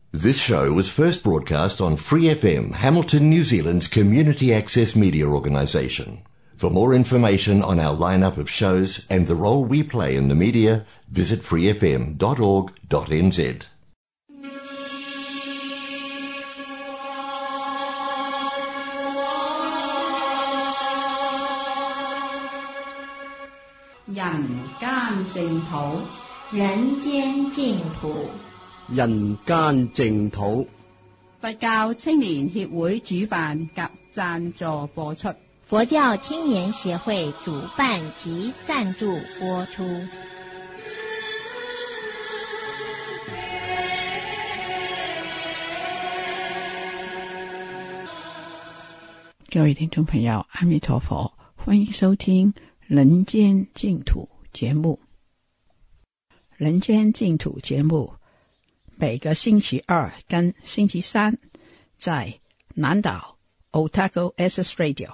This show was first broadcast on Free FM, Hamilton, New Zealand's community access media organisation. For more information on our lineup of shows and the role we play in the media, visit freefm.org.nz. 人間淨土， 人間淨土。 佛教青年協會主辦及贊助播出。 佛教青年協會主辦及贊助播出。 各位听众朋友，阿弥陀佛，欢迎收听人间净土节目。人间净土节目每个星期二跟星期三在南岛 Otago Access Radio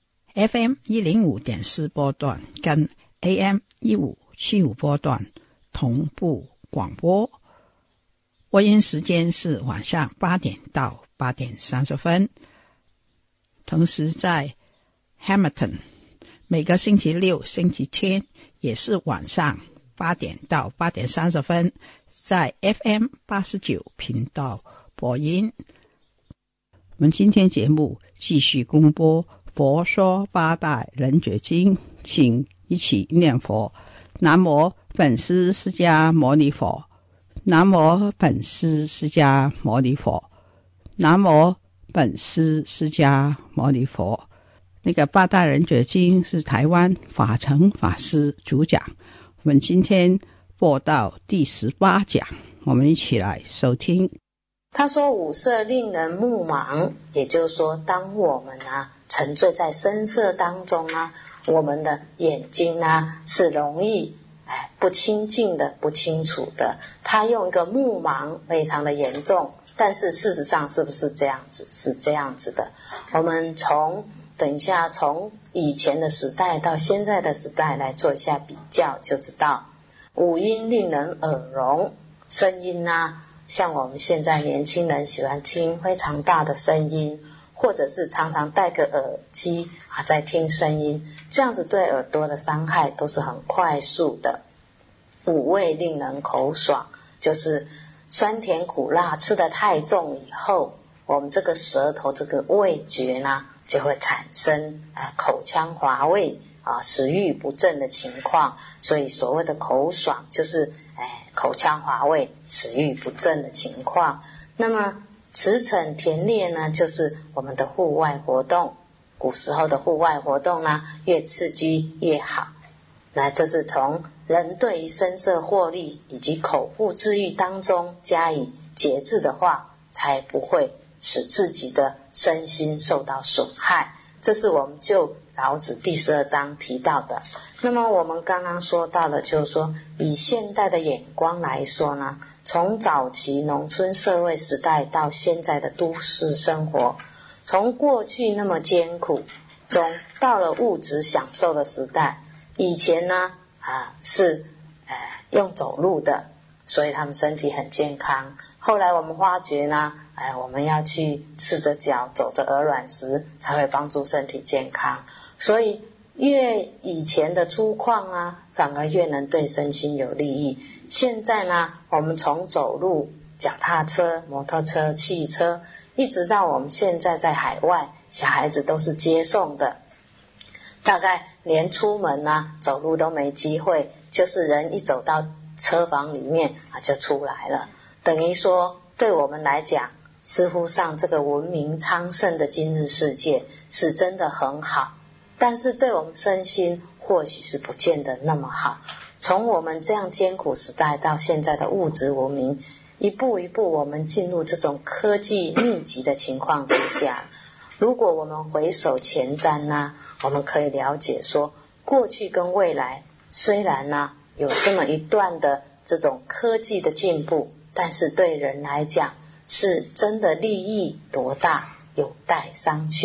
FM 105.4 波段跟 AM 1575波段同步广播，播音时间是晚上8点到8点30分。同时在 Hamilton 每个星期六星期天也是晚上8点到8点30分，在 FM 89频道播音。我们今天节目继续公播佛说八大人觉经，请一起念佛。南无本师释迦牟尼佛，南无本师释迦牟尼佛，南无本师释迦牟尼佛。那个八大人觉经是台湾法成法师主讲，我们今天播到第18讲，我们一起来收听。 他说五色令人目盲，也就是说当我们沉醉在声色当中我们的眼睛是容易不清净的，不清楚的。他用一个目盲非常的严重，但是事实上是不是这样子？是这样子的。我们等一下从以前的时代到现在的时代来做一下比较，就知道五音令人耳聋，声音像我们现在年轻人喜欢听非常大的声音，或者是常常戴个耳机在听声音，这样子对耳朵的伤害都是很快速的。五味令人口爽，就是酸甜苦辣吃得太重以后，我们这个舌头这个味觉就会产生口腔滑味食欲不振的情况。所以所谓的口爽就是口腔滑味食欲不振的情况。那么驰骋田猎呢，就是我们的户外活动。古时候的户外活动越刺激越好。那这是从人对于声色获利以及口腹之欲当中加以节制的话，才不会使自己的身心受到损害。这是我们就老子第12章提到的。那么我们刚刚说到的就是说，以现代的眼光来说从早期农村社会时代到现在的都市生活，从过去那么艰苦中到了物质享受的时代。以前是用走路的，所以他们身体很健康。后来我们发觉我们要去赤着脚走着鹅卵石才会帮助身体健康。所以越以前的粗犷反而越能对身心有利益。现在我们从走路、脚踏车、摩托车、汽车，一直到我们现在在海外，小孩子都是接送的，大概连出门走路都没机会，就是人一走到车房里面就出来了。等于说对我们来讲，似乎上这个文明昌盛的今日世界是真的很好，但是对我们身心或许是不见得那么好。从我们这样艰苦时代到现在的物质文明，一步一步我们进入这种科技密集的情况之下，如果我们回首前瞻我们可以了解说，过去跟未来虽然有这么一段的这种科技的进步，但是对人来讲是真的利益多大有待商榷。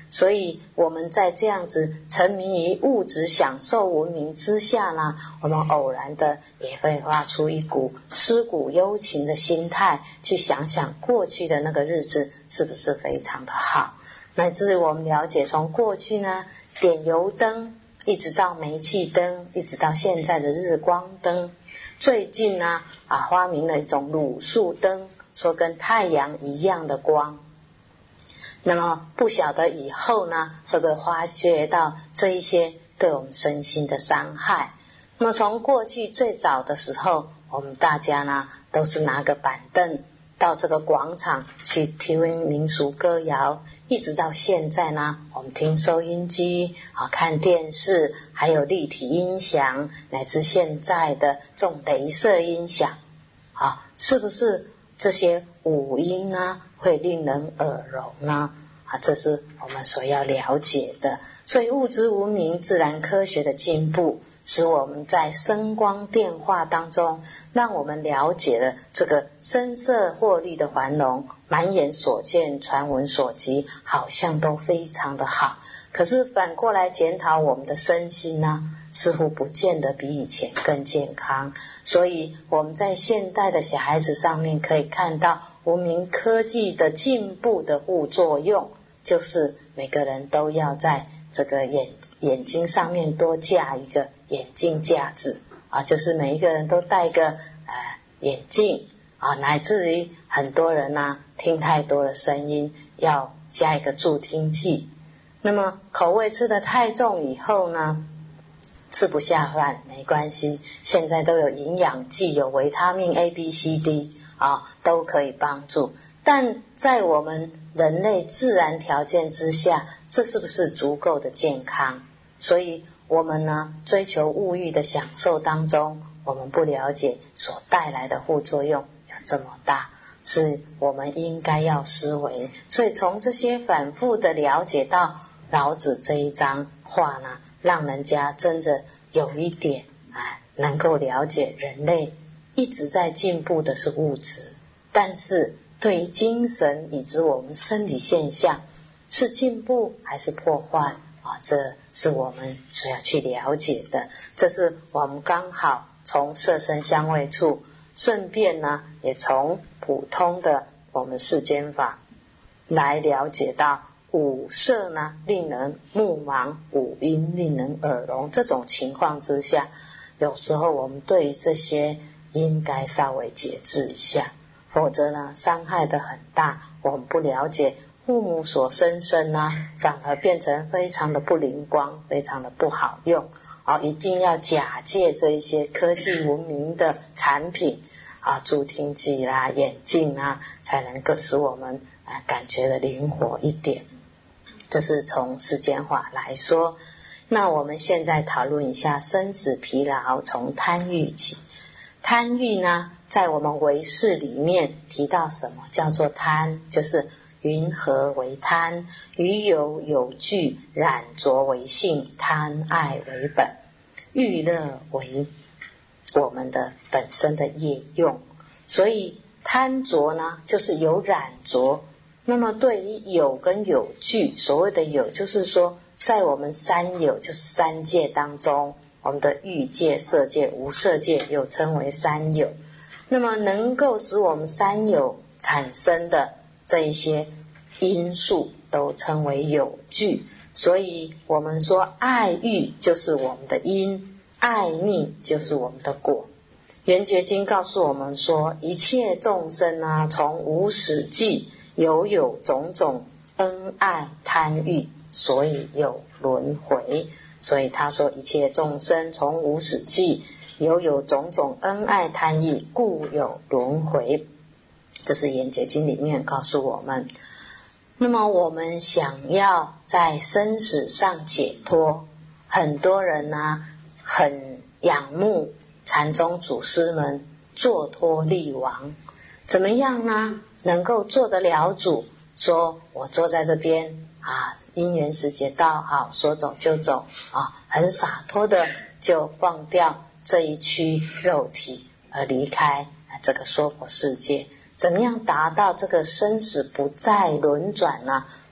所以我们在这样子沉迷于物质享受文明之下呢，我们偶然的也会发出一股思古幽情的心态，去想想过去的那个日子是不是非常的好，乃至于我们了解从过去呢点油灯一直到煤气灯，一直到现在的日光灯，最近呢发明了一种卤素灯，说跟太阳一样的光。那么不晓得以后呢会不会发觉到这一些对我们身心的伤害。那么从过去最早的时候，我们大家呢都是拿个板凳到这个广场去听民俗歌谣，一直到现在呢我们听收音机看电视，还有立体音响，乃至现在的这种雷射音响是不是这些五音呢会令人耳聋呢？这是我们所要了解的。所以物质文明自然科学的进步，使我们在声光电化当中，让我们了解了这个声色获利的繁荣，满眼所见传闻所及，好像都非常的好。可是反过来检讨我们的身心呢，似乎不见得比以前更健康。所以我们在现代的小孩子上面可以看到文明科技的进步的副作用，就是每个人都要在这个眼睛上面多架一个眼镜架子就是每一个人都戴个眼镜乃至于很多人听太多的声音要加一个助听器。那么口味吃得太重以后呢，吃不下饭没关系，现在都有营养剂，有维他命 A、B、C、D 都可以帮助。但在我们人类自然条件之下，这是不是足够的健康？所以我们呢追求物欲的享受当中，我们不了解所带来的副作用有这么大，是我们应该要思维。所以从这些反复的了解到老子这一章话呢，让人家真的有一点能够了解人类一直在进步的是物质，但是对于精神以及我们生理现象是进步还是破坏这是我们所要去了解的。这是我们刚好从色身香味触，顺便呢也从普通的我们世间法来了解到五色呢令人目盲，五音令人耳聋，这种情况之下，有时候我们对于这些应该稍微节制一下，否则呢伤害得很大。我们不了解父母所生反而变成非常的不灵光，非常的不好用一定要假借这一些科技文明的产品助听器啦、眼镜才能够使我们感觉的灵活一点。这是从世间法来说。那我们现在讨论一下生死疲劳，从贪欲起。贪欲呢在我们唯识里面提到什么叫做贪，就是云何为贪？于有有据，染着为性，贪爱为本，欲乐为我们的本身的业用。所以贪着呢就是有染着。那么对于有跟有据，所谓的有就是说在我们三有，就是三界当中，我们的欲界、色界、无色界又称为三有。那么能够使我们三有产生的这一些因素都称为有据。所以我们说爱欲就是我们的因，爱命就是我们的果。圆觉经告诉我们说，一切众生从无始际有种种恩爱贪欲，所以有轮回。所以他说一切众生从无始际有种种恩爱贪欲，故有轮回。这是圆觉经里面告诉我们。那么我们想要在生死上解脱，很多人很仰慕禅宗祖师们坐脱力王。怎么样呢能够做得了主？说我坐在这边因缘时节到，好说走就走很洒脱的就放掉这一躯肉体而离开这个娑婆世界。怎么样达到这个生死不再轮转呢？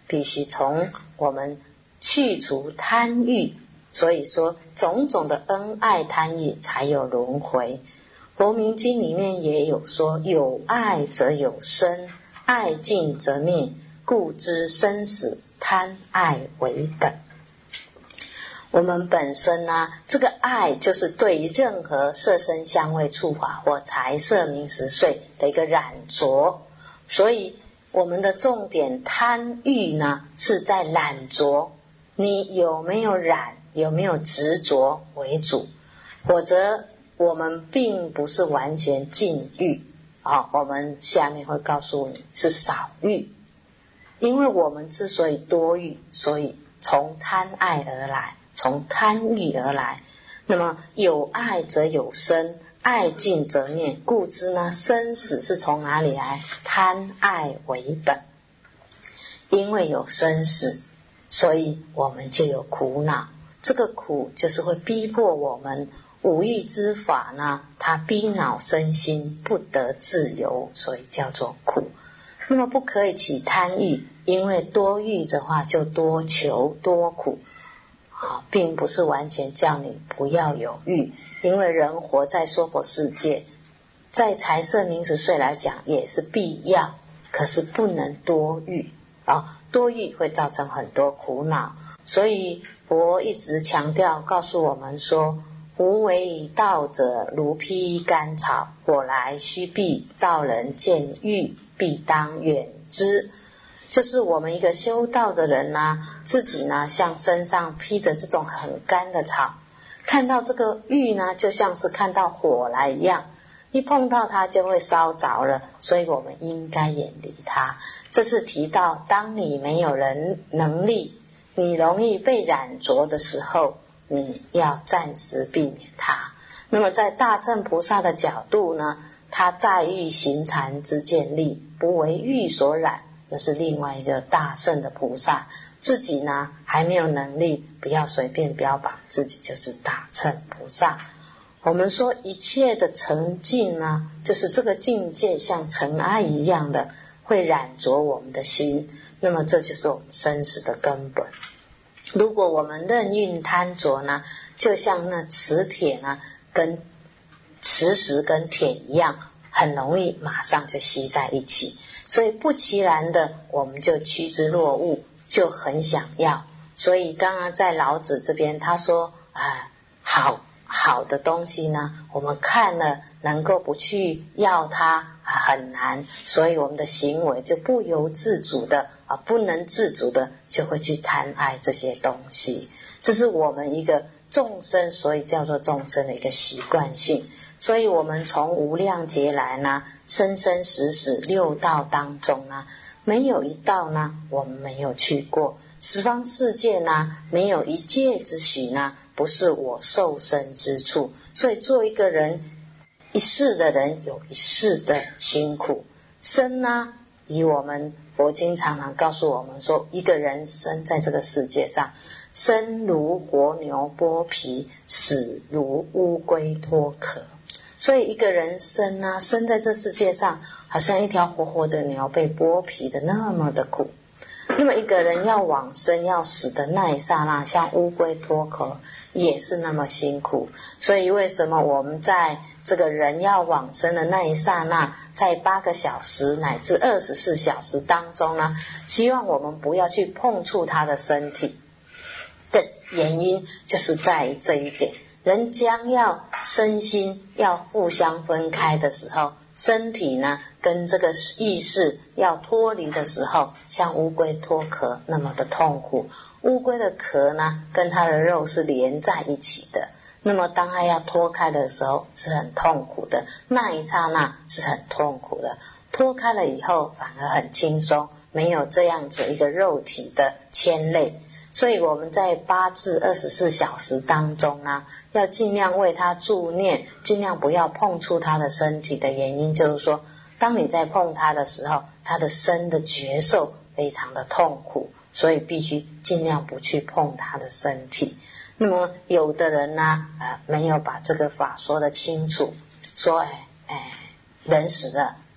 必须从我们去除贪欲。所以说种种的恩爱贪欲才有轮回。佛明经里面也有说，有爱则有生，爱尽则灭，故知生死贪爱为本。我们本身这个爱就是对于任何色声香味触法或财色名食睡的一个染着，所以我们的重点贪欲是在染着，你有没有染，有没有执着为主，否则我们并不是完全禁欲我们下面会告诉你是少欲。因为我们之所以多欲，所以从贪爱而来，从贪欲而来。那么有爱则有生，爱尽则灭，故知生死是从哪里来？贪爱为本。因为有生死，所以我们就有苦恼。这个苦就是会逼迫我们五欲之法它逼恼身心不得自由，所以叫做苦。那么不可以起贪欲，因为多欲的话就多求多苦并不是完全叫你不要有欲。因为人活在娑婆世界，在财色名食睡来讲也是必要，可是不能多欲多欲会造成很多苦恼。所以佛一直强调告诉我们说，无为以道者，如披干草，火来须避，道人见欲，必当远之。就是我们一个修道的人自己像身上披着这种很干的草，看到这个欲就像是看到火来一样，一碰到它就会烧着了，所以我们应该远离它。这是提到当你没有能力，你容易被染着的时候，你要暂时避免它。那么在大乘菩萨的角度他在欲行禅之见力，不为欲所染，那是另外一个大圣的菩萨。自己还没有能力，不要随便标榜自己就是大乘菩萨。我们说一切的沉静就是这个境界像尘埃一样的会染着我们的心，那么这就是我们生死的根本。如果我们任运贪着就像那磁铁跟磁石跟铁一样，很容易马上就吸在一起，所以不其然的我们就趋之若鹜，就很想要。所以刚刚在老子这边他说好的东西我们看了能够不去要它很难，所以我们的行为就不由自主的不能自主的就会去贪爱这些东西。这是我们一个众生，所以叫做众生的一个习惯性。所以我们从无量劫来生生死死六道当中没有一道我们没有去过。十方世界没有一界之许不是我受生之处。所以做一个人，一世的人有一世的辛苦。生以我们佛经常常告诉我们说，一个人生在这个世界上，生如活牛剥皮，死如乌龟脱壳。所以一个人生在这世界上，好像一条活活的牛被剥皮的那么的苦。那么一个人要往生要死的那一刹那，像乌龟脱壳也是那么辛苦。所以为什么我们在这个人要往生的那一刹那，在8个小时乃至24小时当中希望我们不要去碰触他的身体的原因，就是在于这一点。人将要身心要互相分开的时候，身体跟这个意识要脱离的时候，像乌龟脱壳那么的痛苦。乌龟的壳跟它的肉是连在一起的，那么当它要脱开的时候是很痛苦的，那一刹那是很痛苦的。脱开了以后反而很轻松，没有这样子一个肉体的牵累。所以我们在8至24小时当中要尽量为他助念，尽量不要碰触他的身体的原因就是说，当你在碰他的时候，他的身的觉受非常的痛苦，所以必须尽量不去碰他的身体。那么有的人没有把这个法说得清楚，说人死了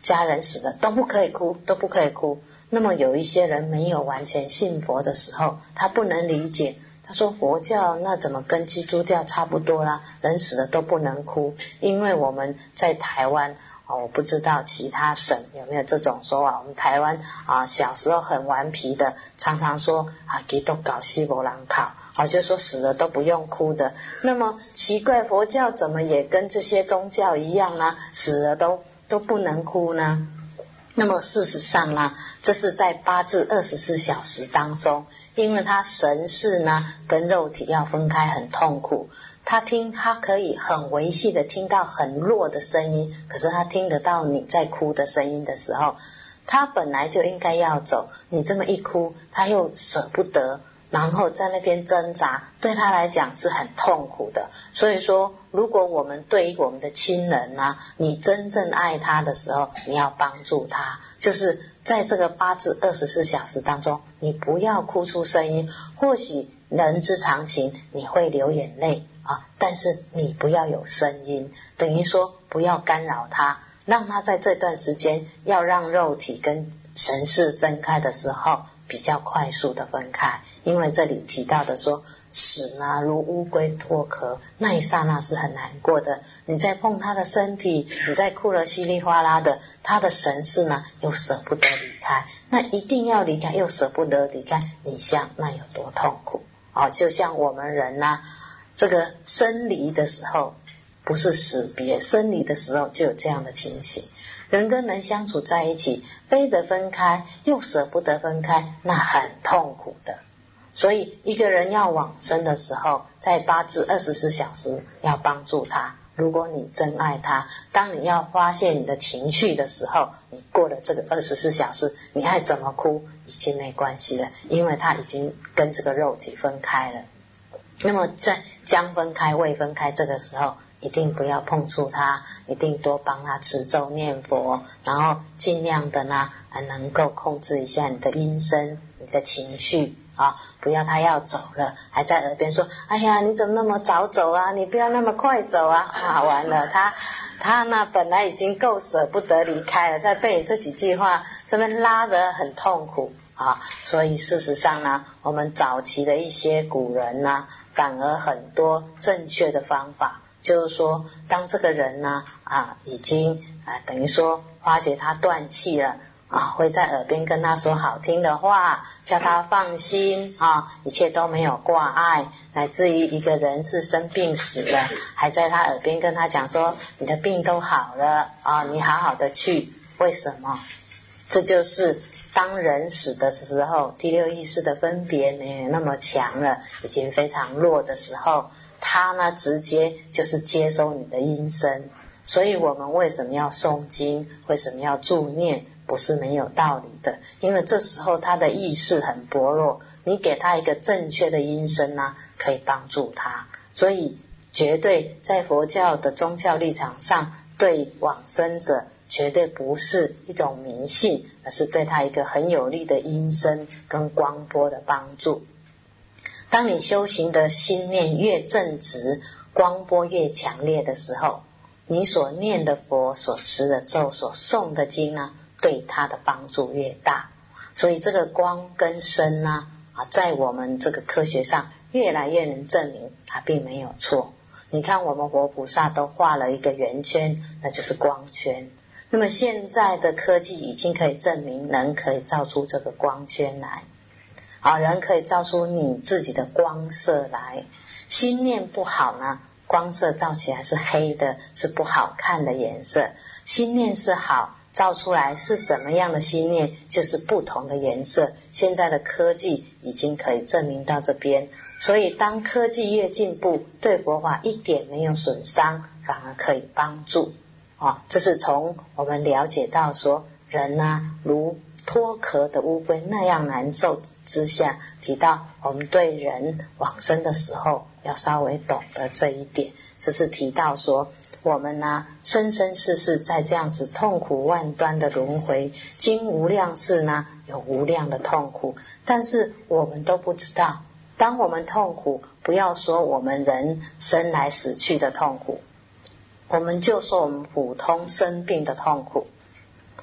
家人死了都不可以哭，都不可以哭。那么有一些人没有完全信佛的时候，他不能理解，他说佛教那怎么跟基督教差不多啦？人死了都不能哭。因为我们在台湾我不知道其他省有没有这种说法。我们台湾小时候很顽皮的，常常说基督教死没人哭，就说死了都不用哭的。那么奇怪，佛教怎么也跟这些宗教一样呢？死了都不能哭呢？那么事实上呢，这是在8至24小时当中，因为他神识呢跟肉体要分开，很痛苦。他可以很微细的听到很弱的声音，可是他听得到你在哭的声音的时候，他本来就应该要走，你这么一哭，他又舍不得，然后在那边挣扎，对他来讲是很痛苦的。所以说，如果我们对于我们的亲人啊，你真正爱他的时候，你要帮助他，就是在这个8至24小时当中，你不要哭出声音。或许人之常情，你会流眼泪但是你不要有声音，等于说不要干扰他，让他在这段时间要让肉体跟神识分开的时候比较快速的分开。因为这里提到的说死呢如乌龟脱壳，那一刹那是很难过的。你在碰他的身体，你在哭了稀里哗啦的，他的神识呢又舍不得离开，那一定要离开又舍不得离开，你想那有多痛苦就像我们人啊，这个生离的时候不是死别，生离的时候就有这样的情形。人跟人相处在一起，非得分开又舍不得分开，那很痛苦的。所以一个人要往生的时候，在8至24小时要帮助他。如果你真爱他，当你要发泄你的情绪的时候，你过了这个24小时，你爱怎么哭已经没关系了，因为他已经跟这个肉体分开了。那么在将分开未分开这个时候，一定不要碰触他，一定多帮他持咒念佛，然后尽量的呢能够控制一下你的音声，你的情绪不要他要走了还在耳边说哎呀你怎么那么早走啊，你不要那么快走完了他呢本来已经够舍不得离开了，再被这几句话这边拉得很痛苦所以事实上呢，我们早期的一些古人呢，反而很多正确的方法，就是说当这个人呢已经等于说发觉他断气了会在耳边跟他说好听的话，叫他放心一切都没有挂碍，乃至于一个人是生病死了，还在他耳边跟他讲说你的病都好了你好好的去。为什么？这就是当人死的时候，第六意识的分别没有那么强了，已经非常弱的时候，他呢直接就是接收你的音声。所以我们为什么要诵经，为什么要助念，不是没有道理的。因为这时候他的意识很薄弱，你给他一个正确的音声可以帮助他。所以绝对在佛教的宗教立场上，对往生者绝对不是一种迷信，而是对他一个很有力的音声跟光波的帮助。当你修行的心念越正直，光波越强烈的时候，你所念的佛，所持的咒，所诵的经对他的帮助越大。所以这个光跟声在我们这个科学上越来越能证明它并没有错。你看我们活菩萨都画了一个圆圈，那就是光圈。那么现在的科技已经可以证明人可以造出这个光圈来人可以造出你自己的光色来。心念不好呢，光色照起来是黑的，是不好看的颜色。心念是好，照出来是什么样的心念，就是不同的颜色。现在的科技已经可以证明到这边。所以当科技越进步，对佛法一点没有损伤，反而可以帮助这是从我们了解到说人如脱壳的乌龟那样难受之下，提到我们对人往生的时候要稍微懂得这一点。这是提到说我们生生世世在这样子痛苦万端的轮回，经无量世有无量的痛苦，但是我们都不知道。当我们痛苦，不要说我们人生来死去的痛苦，我们就说我们普通生病的痛苦。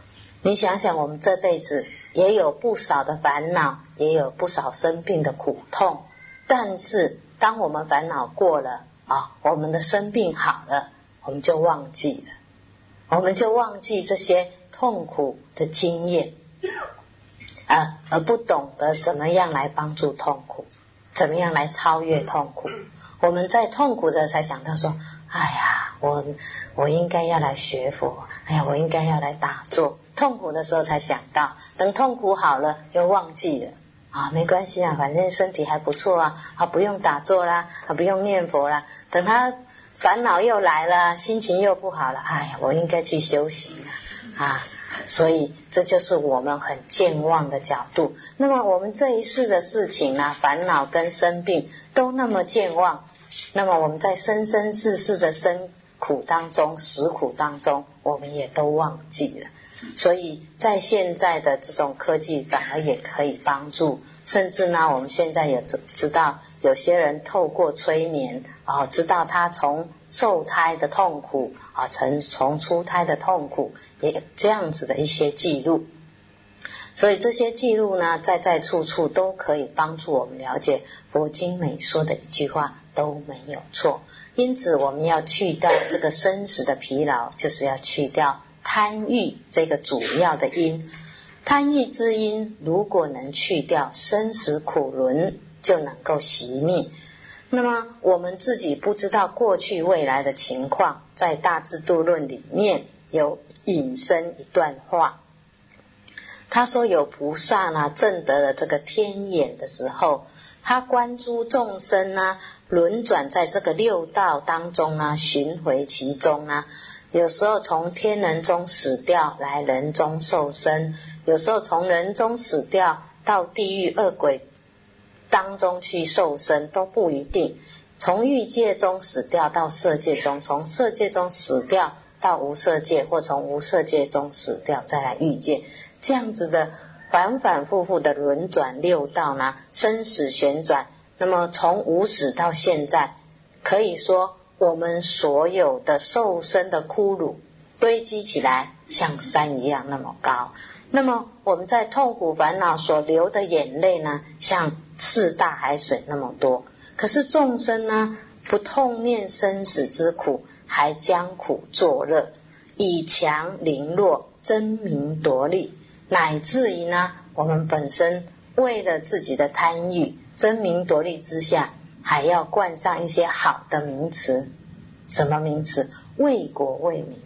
你想想，我们这辈子也有不少的烦恼，也有不少生病的苦痛，但是当我们烦恼过了我们的生病好了，我们就忘记了，我们就忘记这些痛苦的经验而不懂得怎么样来帮助痛苦，怎么样来超越痛苦。我们在痛苦的才想到说，哎呀，我应该要来学佛，哎呀，我应该要来打坐。痛苦的时候才想到，等痛苦好了又忘记了没关系啊，反正身体还不错不用打坐啦不用念佛啦，等他烦恼又来了，心情又不好了，哎呀，我应该去修行所以这就是我们很健忘的角度。那么我们这一世的事情烦恼跟生病都那么健忘，那么我们在生生世世的生苦当中、死苦当中，我们也都忘记了。所以在现在的这种科技反而也可以帮助，甚至呢，我们现在也知道有些人透过催眠知道他从受胎的痛苦从出胎的痛苦，也有这样子的一些记录。所以这些记录呢，在处处都可以帮助我们了解佛经美说的一句话都没有错。因此我们要去掉这个生死的疲劳，就是要去掉贪欲这个主要的因。贪欲之因如果能去掉，生死苦轮就能够熄灭。那么我们自己不知道过去未来的情况，在大智度论里面有引申一段话，他说有菩萨呢证得了这个天眼的时候，他观诸众生轮转在这个六道当中巡回其中有时候从天人中死掉来人中受生，有时候从人中死掉到地狱恶鬼当中去受生，都不一定。从欲界中死掉到色界中，从色界中死掉到无色界，或从无色界中死掉再来欲界，这样子的反反复复的轮转六道生死旋转。那么从无始到现在，可以说我们所有的受生的骷髅堆积起来像山一样那么高，那么我们在痛苦烦恼所流的眼泪像四大海水那么多。可是众生不痛念生死之苦，还将苦作乐，以强凌弱，争名夺利，乃至于我们本身为了自己的贪欲争名夺利之下，还要冠上一些好的名词。什么名词？为国为民。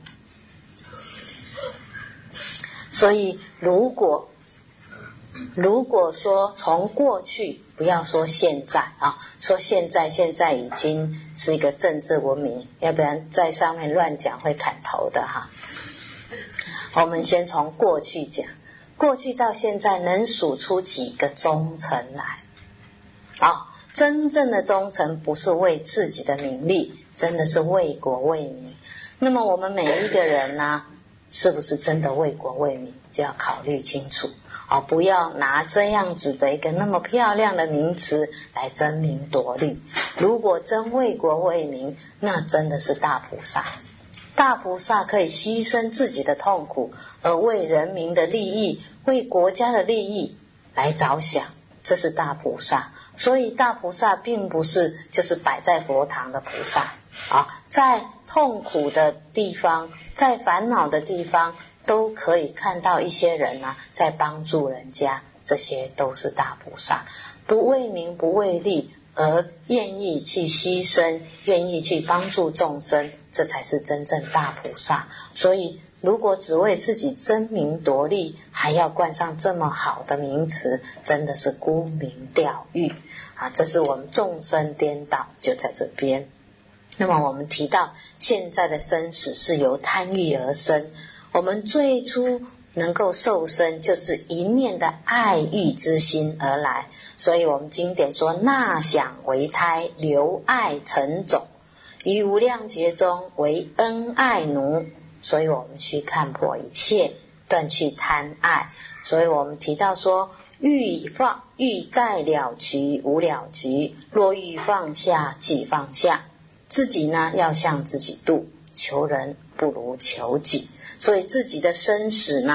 所以如果说从过去，不要说现在说现在已经是一个政治文明，要不然在上面乱讲会砍头的我们先从过去讲，过去到现在能数出几个忠臣来真正的忠臣不是为自己的名利，真的是为国为民。那么我们每一个人是不是真的为国为民，就要考虑清楚不要拿这样子的一个那么漂亮的名词来争名夺利。如果真为国为民，那真的是大菩萨。大菩萨可以牺牲自己的痛苦，而为人民的利益，为国家的利益来着想，这是大菩萨。所以大菩萨并不是就是摆在佛堂的菩萨在痛苦的地方，在烦恼的地方，都可以看到一些人在帮助人家，这些都是大菩萨。不为名不为利，而愿意去牺牲，愿意去帮助众生，这才是真正大菩萨。所以如果只为自己争名夺利，还要冠上这么好的名词，真的是沽名钓誉这是我们众生颠倒就在这边。那么我们提到现在的生死是由贪欲而生，我们最初能够受生就是一念的爱欲之心而来。所以我们经典说，纳想为胎，留爱成种，于无量劫中为恩爱奴。所以我们去看破一切，断去贪爱。所以我们提到说，欲待了局无了局，若欲放下即放下。自己要向自己度，求人不如求己。所以自己的生死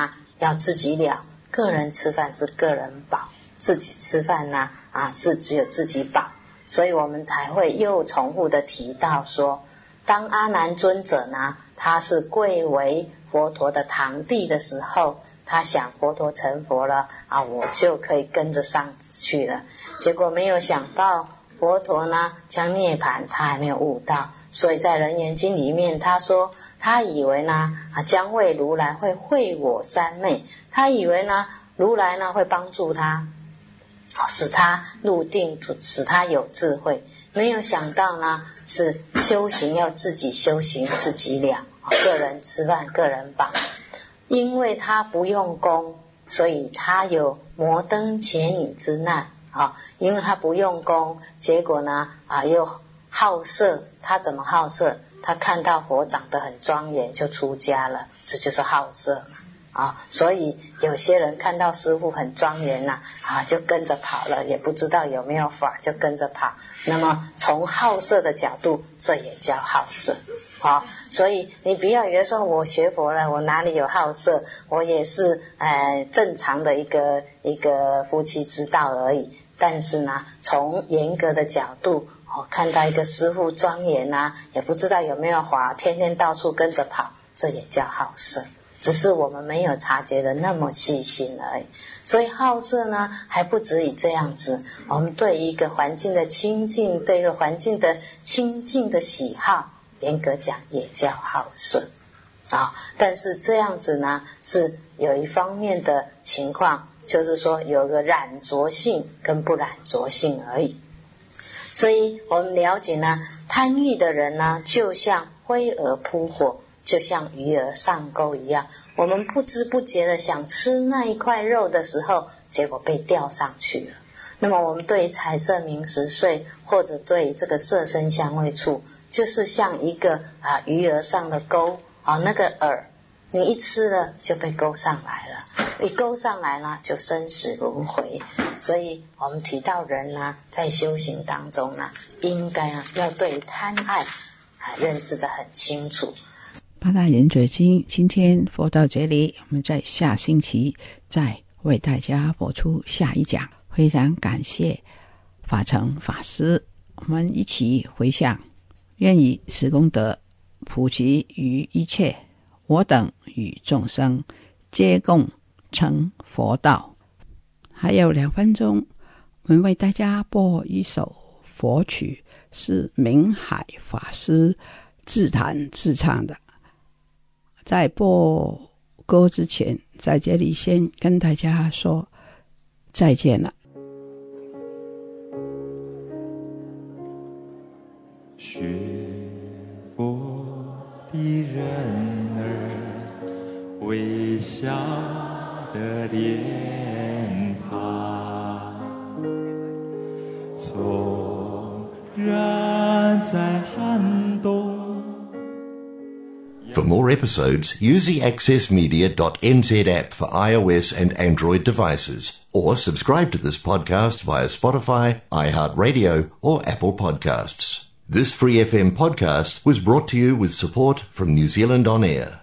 要自己了，个人吃饭是个人饱，自己吃饭呢是只有自己饱。所以我们才会又重复的提到说，当阿难尊者呢，他是贵为佛陀的堂弟的时候，他想佛陀成佛了我就可以跟着上去了。结果没有想到佛陀呢将涅槃他还没有悟到，所以在楞严经里面他说，他以为呢将会如来会会我三昧，他以为呢如来呢会帮助他，使他入定，使他有智慧。没有想到呢是修行要自己修行自己了，个人吃饭个人饱。因为他不用功，所以他有摩登伽女之难因为他不用功，结果呢又好色。他怎么好色？他看到佛长得很庄严就出家了，这就是好色嘛所以有些人看到师父很庄严就跟着跑了，也不知道有没有法就跟着跑。那么从好色的角度，这也叫好色所以你不要以为说我学佛了，我哪里有好色，我也是正常的一个夫妻之道而已。但是呢从严格的角度看到一个师父庄严也不知道有没有法，天天到处跟着跑，这也叫好色，只是我们没有察觉的那么细心而已。所以好色呢还不止于这样子，我们对一个环境的清净，对一个环境的清净的喜好，严格讲也叫好色但是这样子呢是有一方面的情况，就是说有个染着性跟不染着性而已。所以我们了解呢，贪欲的人呢就像飞蛾扑火，就像鱼儿上钩一样，我们不知不觉的想吃那一块肉的时候，结果被钓上去了。那么我们对彩色名食睡，或者对这个色身香味触，就是像一个鱼儿上的钩那个饵你一吃了就被勾上来了，一勾上来呢就生死轮回。所以我们提到人在修行当中应该要对贪爱认识得很清楚。 八大人觉经今天播到这里，我们在下星期再为大家播出下一讲。非常感谢法成法师，我们一起回向，愿以此功德普及于一切我等与众生，皆共成佛道。还有2分钟，我们为大家播一首佛曲，是明海法师自弹自唱的。在播歌之前，在这里先跟大家说再见了。 学佛的人儿微笑的脸庞，纵然在寒冬。 For more episodes, use the accessmedia.nz app for iOS and Android devices, or subscribe to this podcast via Spotify, iHeartRadio, or Apple Podcasts. This Free FM podcast was brought to you with support from New Zealand On Air.